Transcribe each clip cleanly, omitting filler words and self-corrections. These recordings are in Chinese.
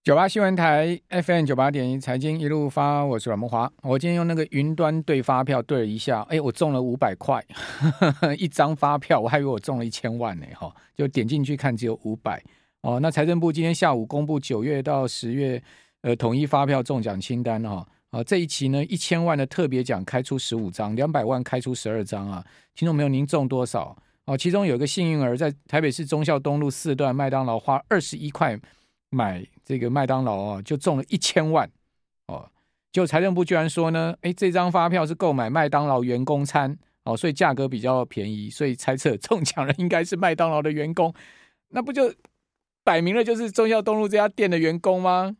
98新闻台 FM 98.1财经一路发，我是阮慕骅。我今天用那个云端对发票对了一下，我中了500块一张发票，我还以为我中了1000万呢，就点进去看只有500。那财政部今天下午公布9月到10月统一发票中奖清单这一期呢1000万的特别奖开出15张，200万开出12张啊。听众朋友您中多少？其中有一个幸运儿在台北市忠孝东路4段麦当劳花21块买这个麦当劳就中了1000万就财政部居然说呢，这张发票是购买麦当劳员工餐所以价格比较便宜，所以猜测中奖人应该是麦当劳的员工，那不就摆明了就是忠孝东路这家店的员工吗？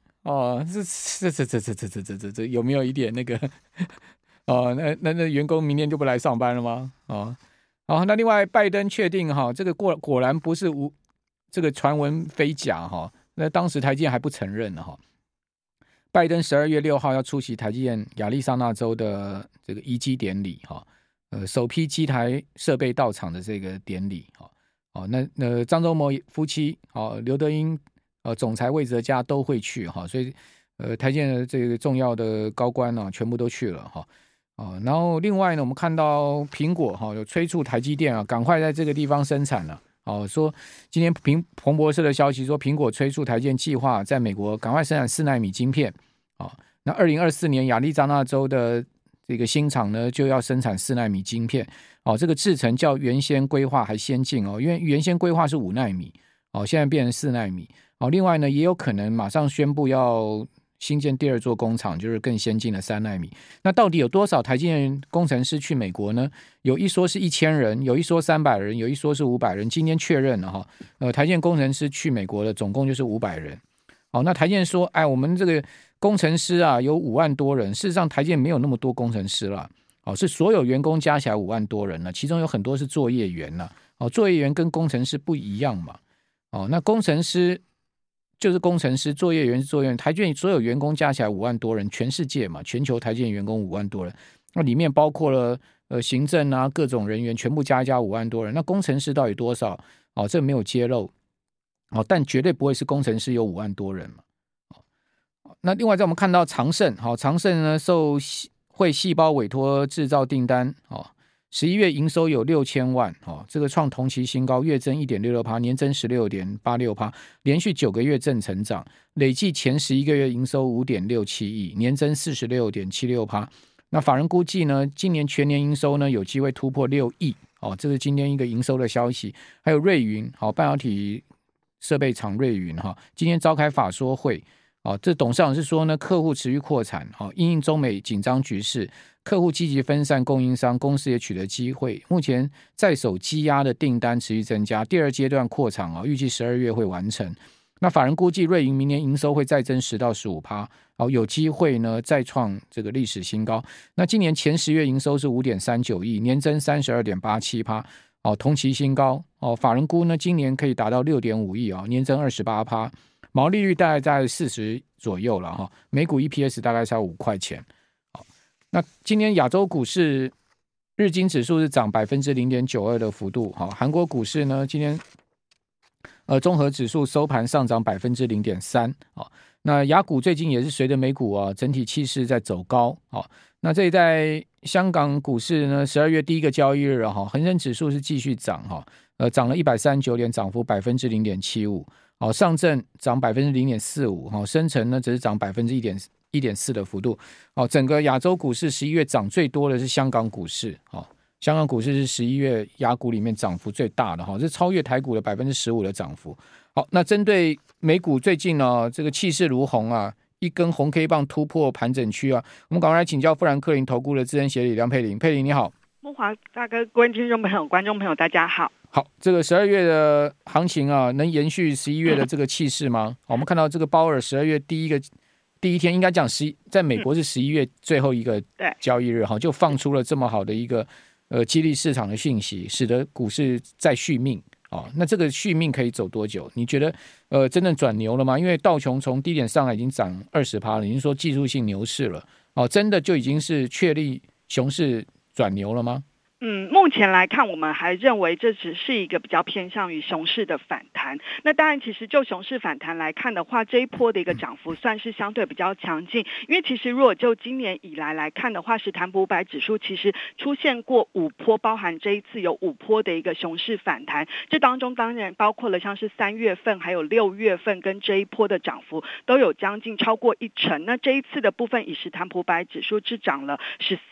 这有没有一点那个那员工明天就不来上班了吗？那另外拜登确定这个果然不是这个传闻非假那当时台积电还不承认呢拜登12月6号要出席台积电亚利桑那州的这个移机典礼首批机台设备到场的这个典礼那张忠谋夫妻刘德英总裁魏哲嘉都会去所以台积电的这个重要的高官全部都去了然后另外呢，我们看到苹果有催促台积电赶快在这个地方生产了说今天彭博社的消息说，苹果催促台积电计划在美国赶快生产4奈米晶片那2024年亚利桑那州的这个新厂呢就要生产4奈米晶片这个制程较原先规划还先进因为原先规划是5奈米现在变成4奈米另外呢也有可能马上宣布要新建第2座工厂，就是更先进的3奈米。那到底有多少台积电工程师去美国呢？有一说是1000人，有一说300人，有一说是500人。今天确认了台积电工程师去美国的总共就是500人。那台积电说，我们这个工程师有5万多人，事实上台积电没有那么多工程师了是所有员工加起来5万多人了，其中有很多是作业员了作业员跟工程师不一样嘛那工程师就是工程师，作业员是作业员，台积电所有员工加起来5万多人，全世界嘛，全球台积电员工5万多人，那里面包括了行政各种人员，全部加一加5万多人。那工程师到底多少这没有揭露但绝对不会是工程师有5万多人嘛那另外在我们看到长盛长盛呢受会细胞委托制造订单11月营收有6000万这个创同期新高，月增 1.66%， 年增 16.86%， 连续9个月正成长，累计前11个月营收 5.67 亿，年增 46.76%。 那法人估计呢，今年全年营收呢有机会突破6亿这是今天一个营收的消息。还有瑞云半导体设备厂瑞云今天召开法说会这董事长是说呢，客户持续扩产因应中美紧张局势，客户积极分散供应商，公司也取得机会。目前在手积压的订单持续增加，第2阶段扩厂预计12月会完成。那法人估计瑞银明年营收会再增10到15%有机会呢再创这个历史新高。那今年前10月营收是 5.39 亿，年增 32.87%同期新高法人估呢今年可以达到 6.5 亿年增 28%，毛利率大概在40左右了每股 EPS 大概才5块钱那今天亚洲股市日经指数是涨 0.92% 的幅度韩国股市呢今天综合指数收盘上涨 0.3%那亚股最近也是随着美股整体气势在走高那这一在香港股市呢12月第一个交易日恒生指数是继续涨涨了139点，涨幅 0.75%上证涨 0.45%深成呢只是涨 1.4% 的幅度整个亚洲股市11月涨最多的是香港股市香港股市是11月亚股里面涨幅最大的这超越台股的 15% 的涨幅那针对美股最近这个气势如虹一根红 K 棒突破盘整区我们赶快来请教富兰克林投顾的资深协理梁佩玲。佩玲你好。 慕骅大哥，各位听众朋友观众朋友大家好。 好，这个12月的行情能延续11月的这个气势吗？我们看到这个鲍尔12月第一天，应该讲在美国是11月最后一个交易日就放出了这么好的一个激励市场的讯息，使得股市再续命那这个续命可以走多久？你觉得真正转牛了吗？因为道琼从低点上来已经涨 20% 了，已经说技术性牛市了真的就已经是确立熊市转牛了吗？ 目前来看，我们还认为这只是一个比较偏向于熊市的反弹。那当然，其实就熊市反弹来看的话，这一波的一个涨幅算是相对比较强劲。因为其实如果就今年以来看的话，史坦普500指数其实出现过5波，包含这一次有5波的一个熊市反弹。这当中当然包括了像是3月份还有6月份跟这一波的涨幅都有将近超过1%。那这一次的部分以史坦普500指数只涨了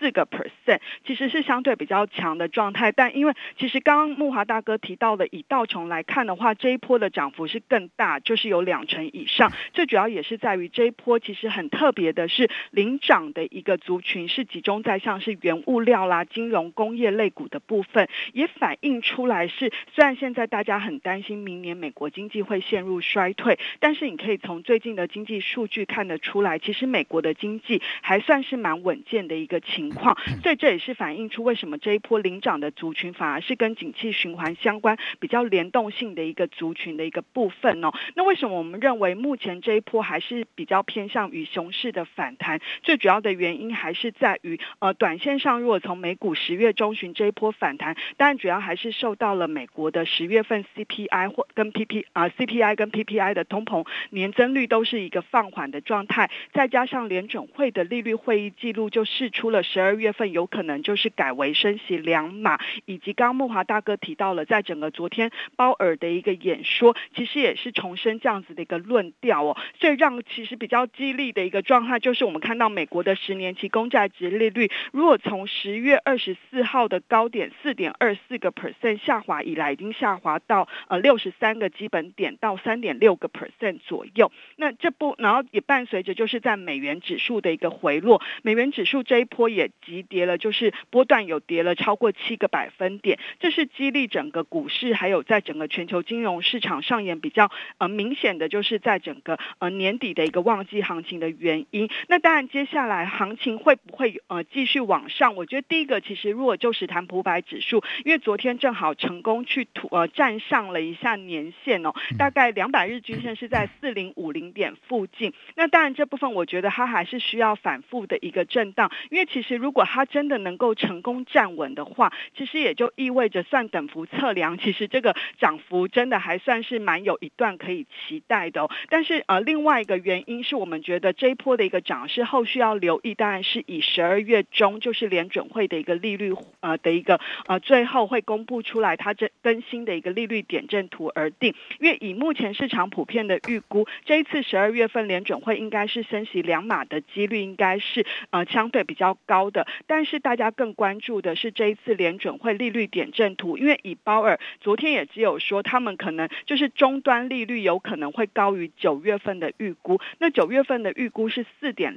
14%，其实是相对比较强的状态。但因为其实刚刚慕骅大哥提到的以道琼来看的话，这一波的涨幅是更大，就是有2%以上。最主要也是在于这一波其实很特别的是领涨的一个族群是集中在像是原物料啦、金融工业类股的部分，也反映出来是虽然现在大家很担心明年美国经济会陷入衰退，但是你可以从最近的经济数据看得出来，其实美国的经济还算是蛮稳健的一个情况。所以这也是反映出为什么这一波领涨的族群反而是跟景气循环相关比较联动性的一个族群的一个部分哦。那为什么我们认为目前这一波还是比较偏向于熊市的反弹？最主要的原因还是在于短线上，如果从美股10月中旬这一波反弹，当然主要还是受到了美国的10月份 CPI 跟 CPI 跟 PPI 的通膨年增率都是一个放缓的状态，再加上联准会的利率会议记录就释出了12月份有可能就是改为升息2码，以及刚刚慕骅大哥提到了在整个昨天鲍尔的一个演说，其实也是重申这样子的一个论调哦。所以让其实比较激励的一个状态就是我们看到美国的10年期公债殖利率如果从10月24号的高点 4.24% 下滑以来，已经下滑到63个基本点到 3.6% 左右。那然后也伴随着就是在美元指数的一个回落，美元指数这一波也急跌了，就是波段有跌了超过7个百分点，这是激励整个股市还有在整个全球金融市场上演比较明显的就是在整个年底的一个旺季行情的原因。那当然接下来行情会不会继续往上？我觉得第一个其实如果就史坦普500指数，因为昨天正好成功去站上了一下年线哦，大概200日均线是在4050点附近。那当然这部分我觉得它还是需要反复的一个震荡，因为其实如果它真的能够成功站稳的话，其实也就意味着算等幅测量，其实这个涨幅真的还算是蛮有一段可以期待的哦。但是另外一个原因是我们觉得这一波的一个涨势后续要留意，当然是以12月中就是联准会的一个利率的一个最后会公布出来它更新的一个利率点阵图而定。因为以目前市场普遍的预估，这一次12月份联准会应该是升息2码的几率应该是相对比较高的。但是大家更关注的是这一次联准会利率点阵图，因为以鲍尔昨天也只有说他们可能就是终端利率有可能会高于9月份的预估，那9月份的预估是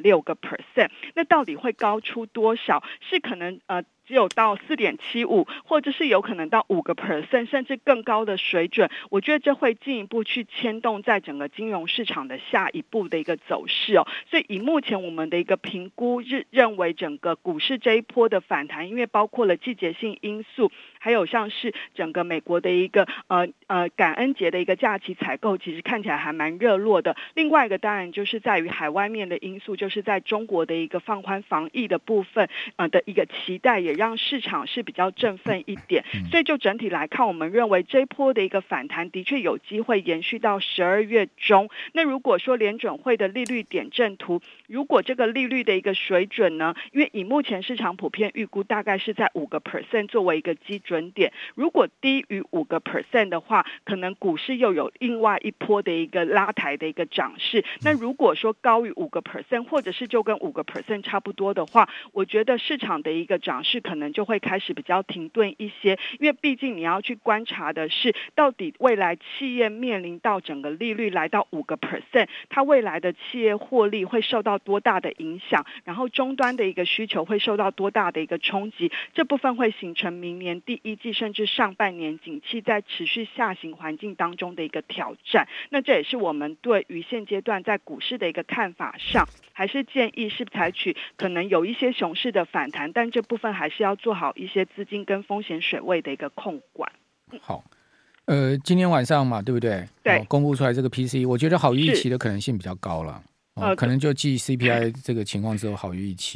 4.6%， 那到底会高出多少？是可能只有到 4.75%， 或者是有可能到5%，甚至更高的水准。我觉得这会进一步去牵动在整个金融市场的下一步的一个走势哦。所以以目前我们的一个评估认为整个股市这一波的反弹，因为包括了季节性因素，还有像是整个美国的一个感恩节的一个假期采购，其实看起来还蛮热络的。另外一个当然就是在于海外面的因素，就是在中国的一个放宽防疫的部分的一个期待，也让市场是比较振奋一点。所以就整体来看，我们认为这一波的一个反弹的确有机会延续到12月中。那如果说联准会的利率点阵图，如果这个利率的一个水准呢，因为以目前市场普遍预估大概是在5% 作为一个基准点，如果低于5% 的话，可能股市又有另外一波的一个拉抬的一个涨势。那如果说高于5%，或者是就跟5% 差不多的话，我觉得市场的一个涨势可能就会开始比较停顿一些，因为毕竟你要去观察的是到底未来企业面临到整个利率来到5%，它未来的企业获利会受到多大的影响，然后终端的一个需求会受到多大的一个冲击，这部分会形成明年第一季甚至上半年景气在持续下行环境当中的一个挑战。那这也是我们对于现阶段在股市的一个看法上，还是建议是采取可能有一些熊市的反弹，但这部分还是要做好一些资金跟风险水位的一个控管。 好，今天晚上嘛，对不对？ 对， 公布出来这个 PCE， 我觉得好于预期的可能性比较高了。可能就继 CPI 这个情况之后好于预期嘛。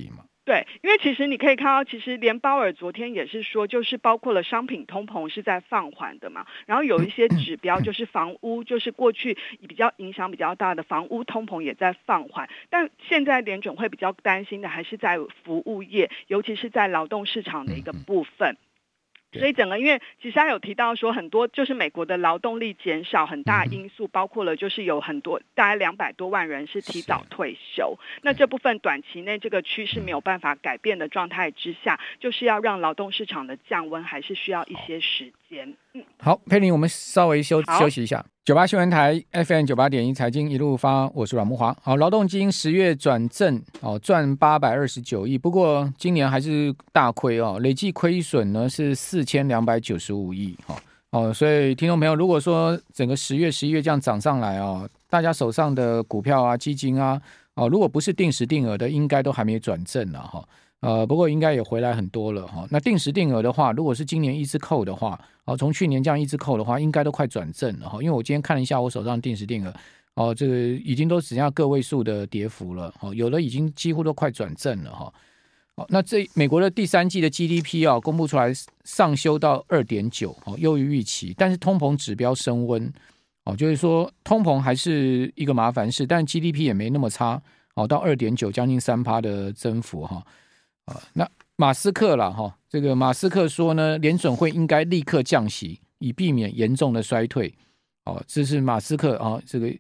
对，因为其实你可以看到，其实连鲍尔昨天也是说，就是包括了商品通膨是在放缓的嘛，然后有一些指标就是房屋，就是过去比较影响比较大的房屋通膨也在放缓，但现在联准会比较担心的还是在服务业，尤其是在劳动市场的一个部分。所以整个，因为其实他有提到说，很多就是美国的劳动力减少，很大因素包括了就是有很多大概200多万人是提早退休，那这部分短期内这个趋势没有办法改变的状态之下，就是要让劳动市场的降温，还是需要一些时间。 好，佩玲，我们稍微休息一下。98新闻台 FM 98.1财经一路发，我是阮慕骅。好，劳动基金10月转正，赚829亿，不过今年还是大亏哦，累计亏损呢是4295亿。所以听众朋友，如果说整个10月、11月这样涨上来哦，大家手上的股票啊、基金啊，如果不是定时定额的，应该都还没转正了哈。不过应该也回来很多了哈。那定时定额的话，如果是今年一直扣的话，从去年这样一直扣的话，应该都快转正了哈。因为我今天看了一下我手上定时定额，这个已经都只剩下个位数的跌幅了，有的已经几乎都快转正了哈。那美国的第三季的 GDP 公布出来上修到 2.9， 优于预期，但是通膨指标升温，就是说通膨还是一个麻烦事，但 GDP 也没那么差，到 2.9 将近 3% 的增幅哈。那马斯克啦这个马斯克说呢，联准会应该立刻降息，以避免严重的衰退。这是马斯克这个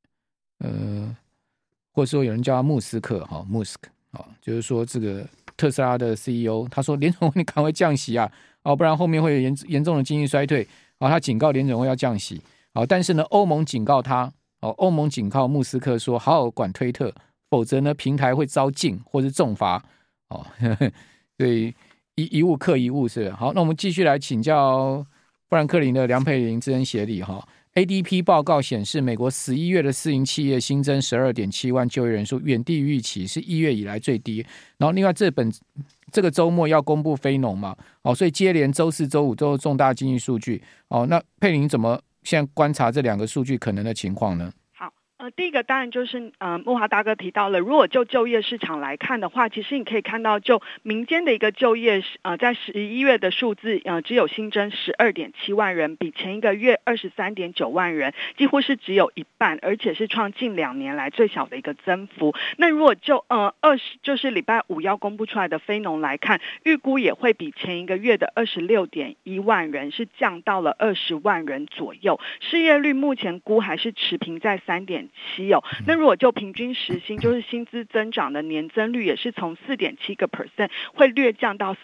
或者说有人叫他穆斯克就是说这个特斯拉的 CEO， 他说联准会你赶快降息啊，不然后面会有严重的经济衰退。他警告联准会要降息。但是呢，欧盟警告他，欧盟警告穆斯克说，好好管推特，否则呢平台会遭禁或是重罚。对，一物克一物是。好，那我们继续来请教富兰克林的梁佩玲资深协理ADP 报告显示，美国11月的私营企业新增 12.7 万就业人数，远低于预期，是1月以来最低。然后另外这个周末要公布非农嘛，所以接连周4、周5都有重大经济数据。那佩玲怎么现在观察这两个数据可能的情况呢？ 第一个当然就是慕骅大哥提到了，如果就业市场来看的话，其实你可以看到就民间的一个就业在11月的数字只有新增 12.7 万人，比前一个月 23.9 万人几乎是只有一半，而且是创近2年来最小的一个增幅。那如果就是礼拜5要公布出来的非农来看，预估也会比前一个月的 26.1 万人是降到了20万人左右，失业率目前估还是持平在 3.7%。那如果就平均时薪，就是薪资增长的年增率也是从 4.7% 会略降到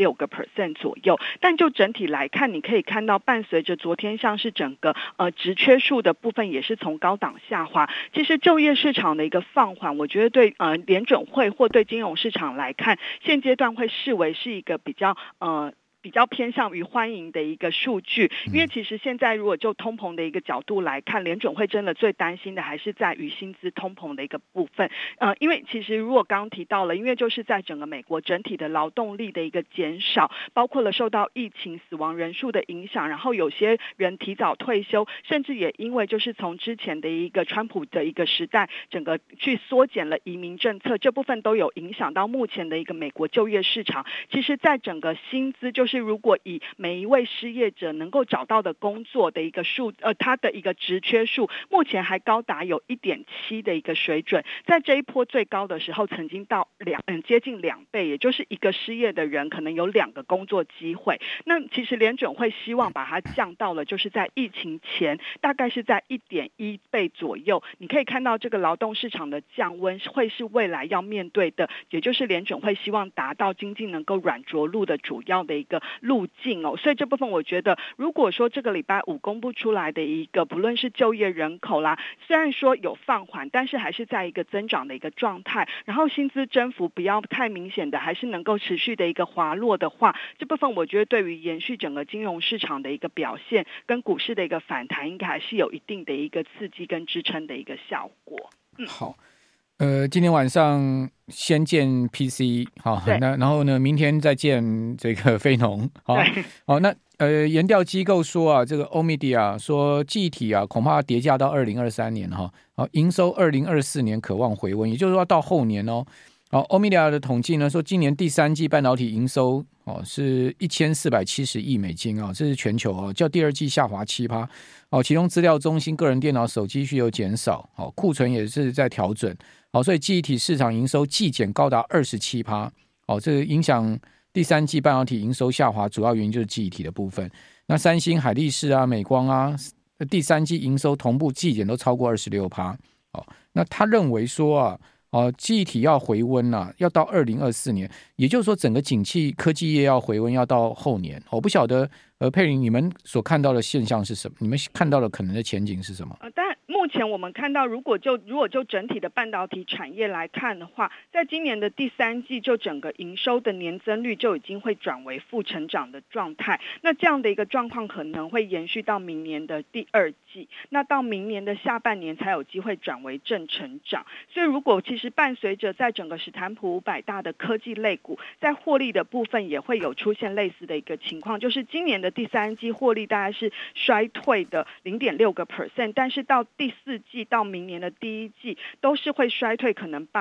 4.6% 左右。但就整体来看，你可以看到伴随着昨天像是整个职缺数的部分也是从高档下滑。其实就业市场的一个放缓，我觉得对联准会或对金融市场来看，现阶段会视为是一个比较偏向于欢迎的一个数据。因为其实现在如果就通膨的一个角度来看，联准会真的最担心的还是在于薪资通膨的一个部分。因为其实如果刚刚提到了，因为就是在整个美国整体的劳动力的一个减少，包括了受到疫情死亡人数的影响，然后有些人提早退休，甚至也因为就是从之前的一个川普的一个时代，整个去缩减了移民政策，这部分都有影响到目前的一个美国就业市场。其实在整个薪资就是如果以每一位失业者能够找到的工作的一个他的一个职缺数，目前还高达有 1.7 的一个水准，在这一波最高的时候曾经到接近2倍，也就是一个失业的人可能有2个工作机会。那其实联准会希望把它降到了就是在疫情前大概是在 1.1 倍左右。你可以看到这个劳动市场的降温会是未来要面对的，也就是联准会希望达到经济能够软着陆的主要的一个路径所以这部分我觉得，如果说这个礼拜5公布出来的一个不论是就业人口啦，虽然说有放缓，但是还是在一个增长的一个状态，然后薪资增幅不要太明显的，还是能够持续的一个滑落的话，这部分我觉得对于延续整个金融市场的一个表现跟股市的一个反弹，应该还是有一定的一个刺激跟支撑的一个效果。 好。今天晚上先见 PC 好，那然后呢，明天再见这个非农好，那研调机构说这个欧米迪说记忆体恐怕跌价到2023年营收2024年可望回温，也就是说到后年好，欧米伽的统计呢说，今年第三季半导体营收是1470亿美金啊，这是全球较第二季下滑7%其中资料中心、个人电脑、手机需求减少，库存也是在调整，所以记忆体市场营收季减高达27%，这个影响第三季半导体营收下滑，主要原因就是记忆体的部分。那三星、海力士啊、美光啊，第三季营收同步季减都超过26%。那他认为说记忆体要回温要到2024年，也就是说整个景气科技业要回温要到后年。我不晓得佩玲你们所看到的现象是什么？你们看到的可能的前景是什么？ 但目前我们看到，如果就整体的半导体产业来看的话，在今年的第三季，就整个营收的年增率就已经会转为负成长的状态。那这样的一个状况可能会延续到明年的第二季，那到明年的下半年才有机会转为正成长。所以如果其实伴随着在整个史坦普500大的科技类股在获利的部分也会有出现类似的一个情况，就是今年的第三季获利大概是衰退的 0.6%， 但是到第四季到明年的第一季都是会衰退可能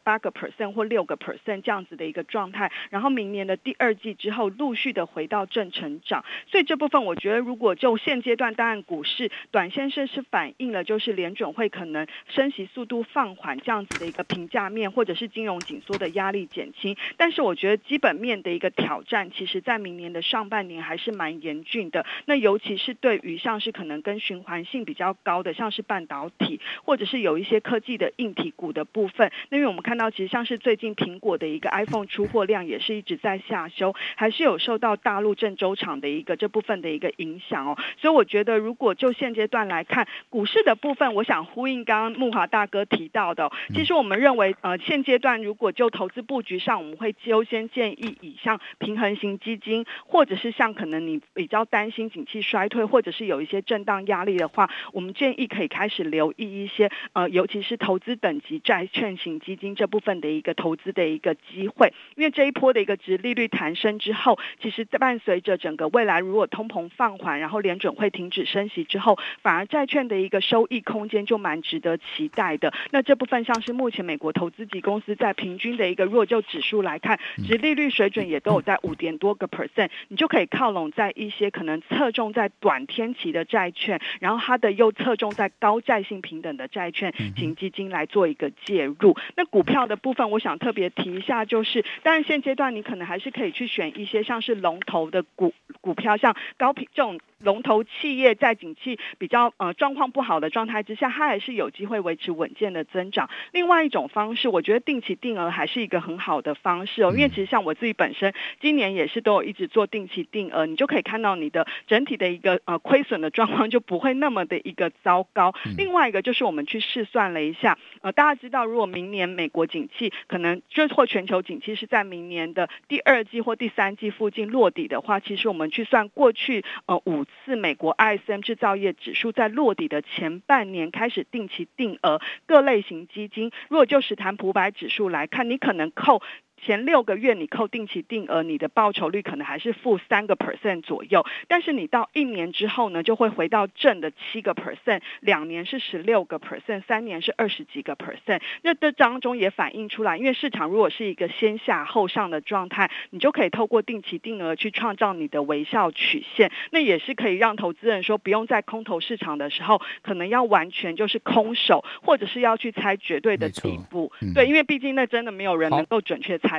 8% 或6% 这样子的一个状态，然后明年的第二季之后陆续的回到正成长。所以这部分我觉得如果就现阶段，当然股市短线是反映了就是联准会可能升息速度放缓这样子的一个评价面，或者是金融紧缩的压力减轻，但是我觉得基本面的一个挑战其实在明年的上半年还是蛮严峻的。那尤其是对于像是可能跟循环性比较高的像是半导体，或者是有一些科技的硬体股的部分，因为我们看到其实像是最近苹果的一个 iPhone 出货量也是一直在下修，还是有受到大陆郑州厂的一个这部分的一个影响所以我觉得如果就现阶段来看股市的部分，我想呼应刚刚慕骅大哥提到的其实我们认为现阶段如果就投资布局上，我们会优先建议以像平衡型基金，或者是像可能你比较担心景气衰退，或者是有一些震荡压力的话，我们建议可以开始留意一些尤其是投资等级债券型基金这部分的一个投资的一个机会。因为这一波的一个殖利率弹升之后，其实伴随着整个未来如果通膨放缓，然后联准会停止升息之后，反而债券的一个收益空间就蛮值得期待的。那这部分像是目前美国投资级公司在平均的一个若就指数来看，殖利率水准也都有在5点多个%，你就可以靠拢在一些可能侧重在短天期的债券，然后它的又侧重在高债性平等的债券型基金来做一个介入。那股票的部分我想特别提一下，就是当然现阶段你可能还是可以去选一些像是龙头的股票，像高品这种龙头企业在景气比较状况不好的状态之下，它还是有机会维持稳健的增长。另外一种方式，我觉得定期定额还是一个很好的方式因为其实像我自己本身今年也是都有一直做定期定额，你就可以看到你的整体的一个亏损的状况就不会那么的一个糟糕。另外一个就是我们去试算了一下大家知道如果明年美国景气可能或全球景气是在明年的第二季或第三季附近落底的话，其实我们去算过去5次美国 ISM 制造业指数在落底的前半年开始定期定额各类型基金，如果就史坦普500指数来看，你可能扣前6个月你扣定期定额，你的报酬率可能还是负3% 左右，但是你到1年之后呢，就会回到正的7%， 2年是16%， 3年是20几个%。那这当中也反映出来，因为市场如果是一个先下后上的状态，你就可以透过定期定额去创造你的微笑曲线，那也是可以让投资人说不用在空头市场的时候可能要完全就是空手，或者是要去猜绝对的底部对，因为毕竟那真的没有人能够准确猜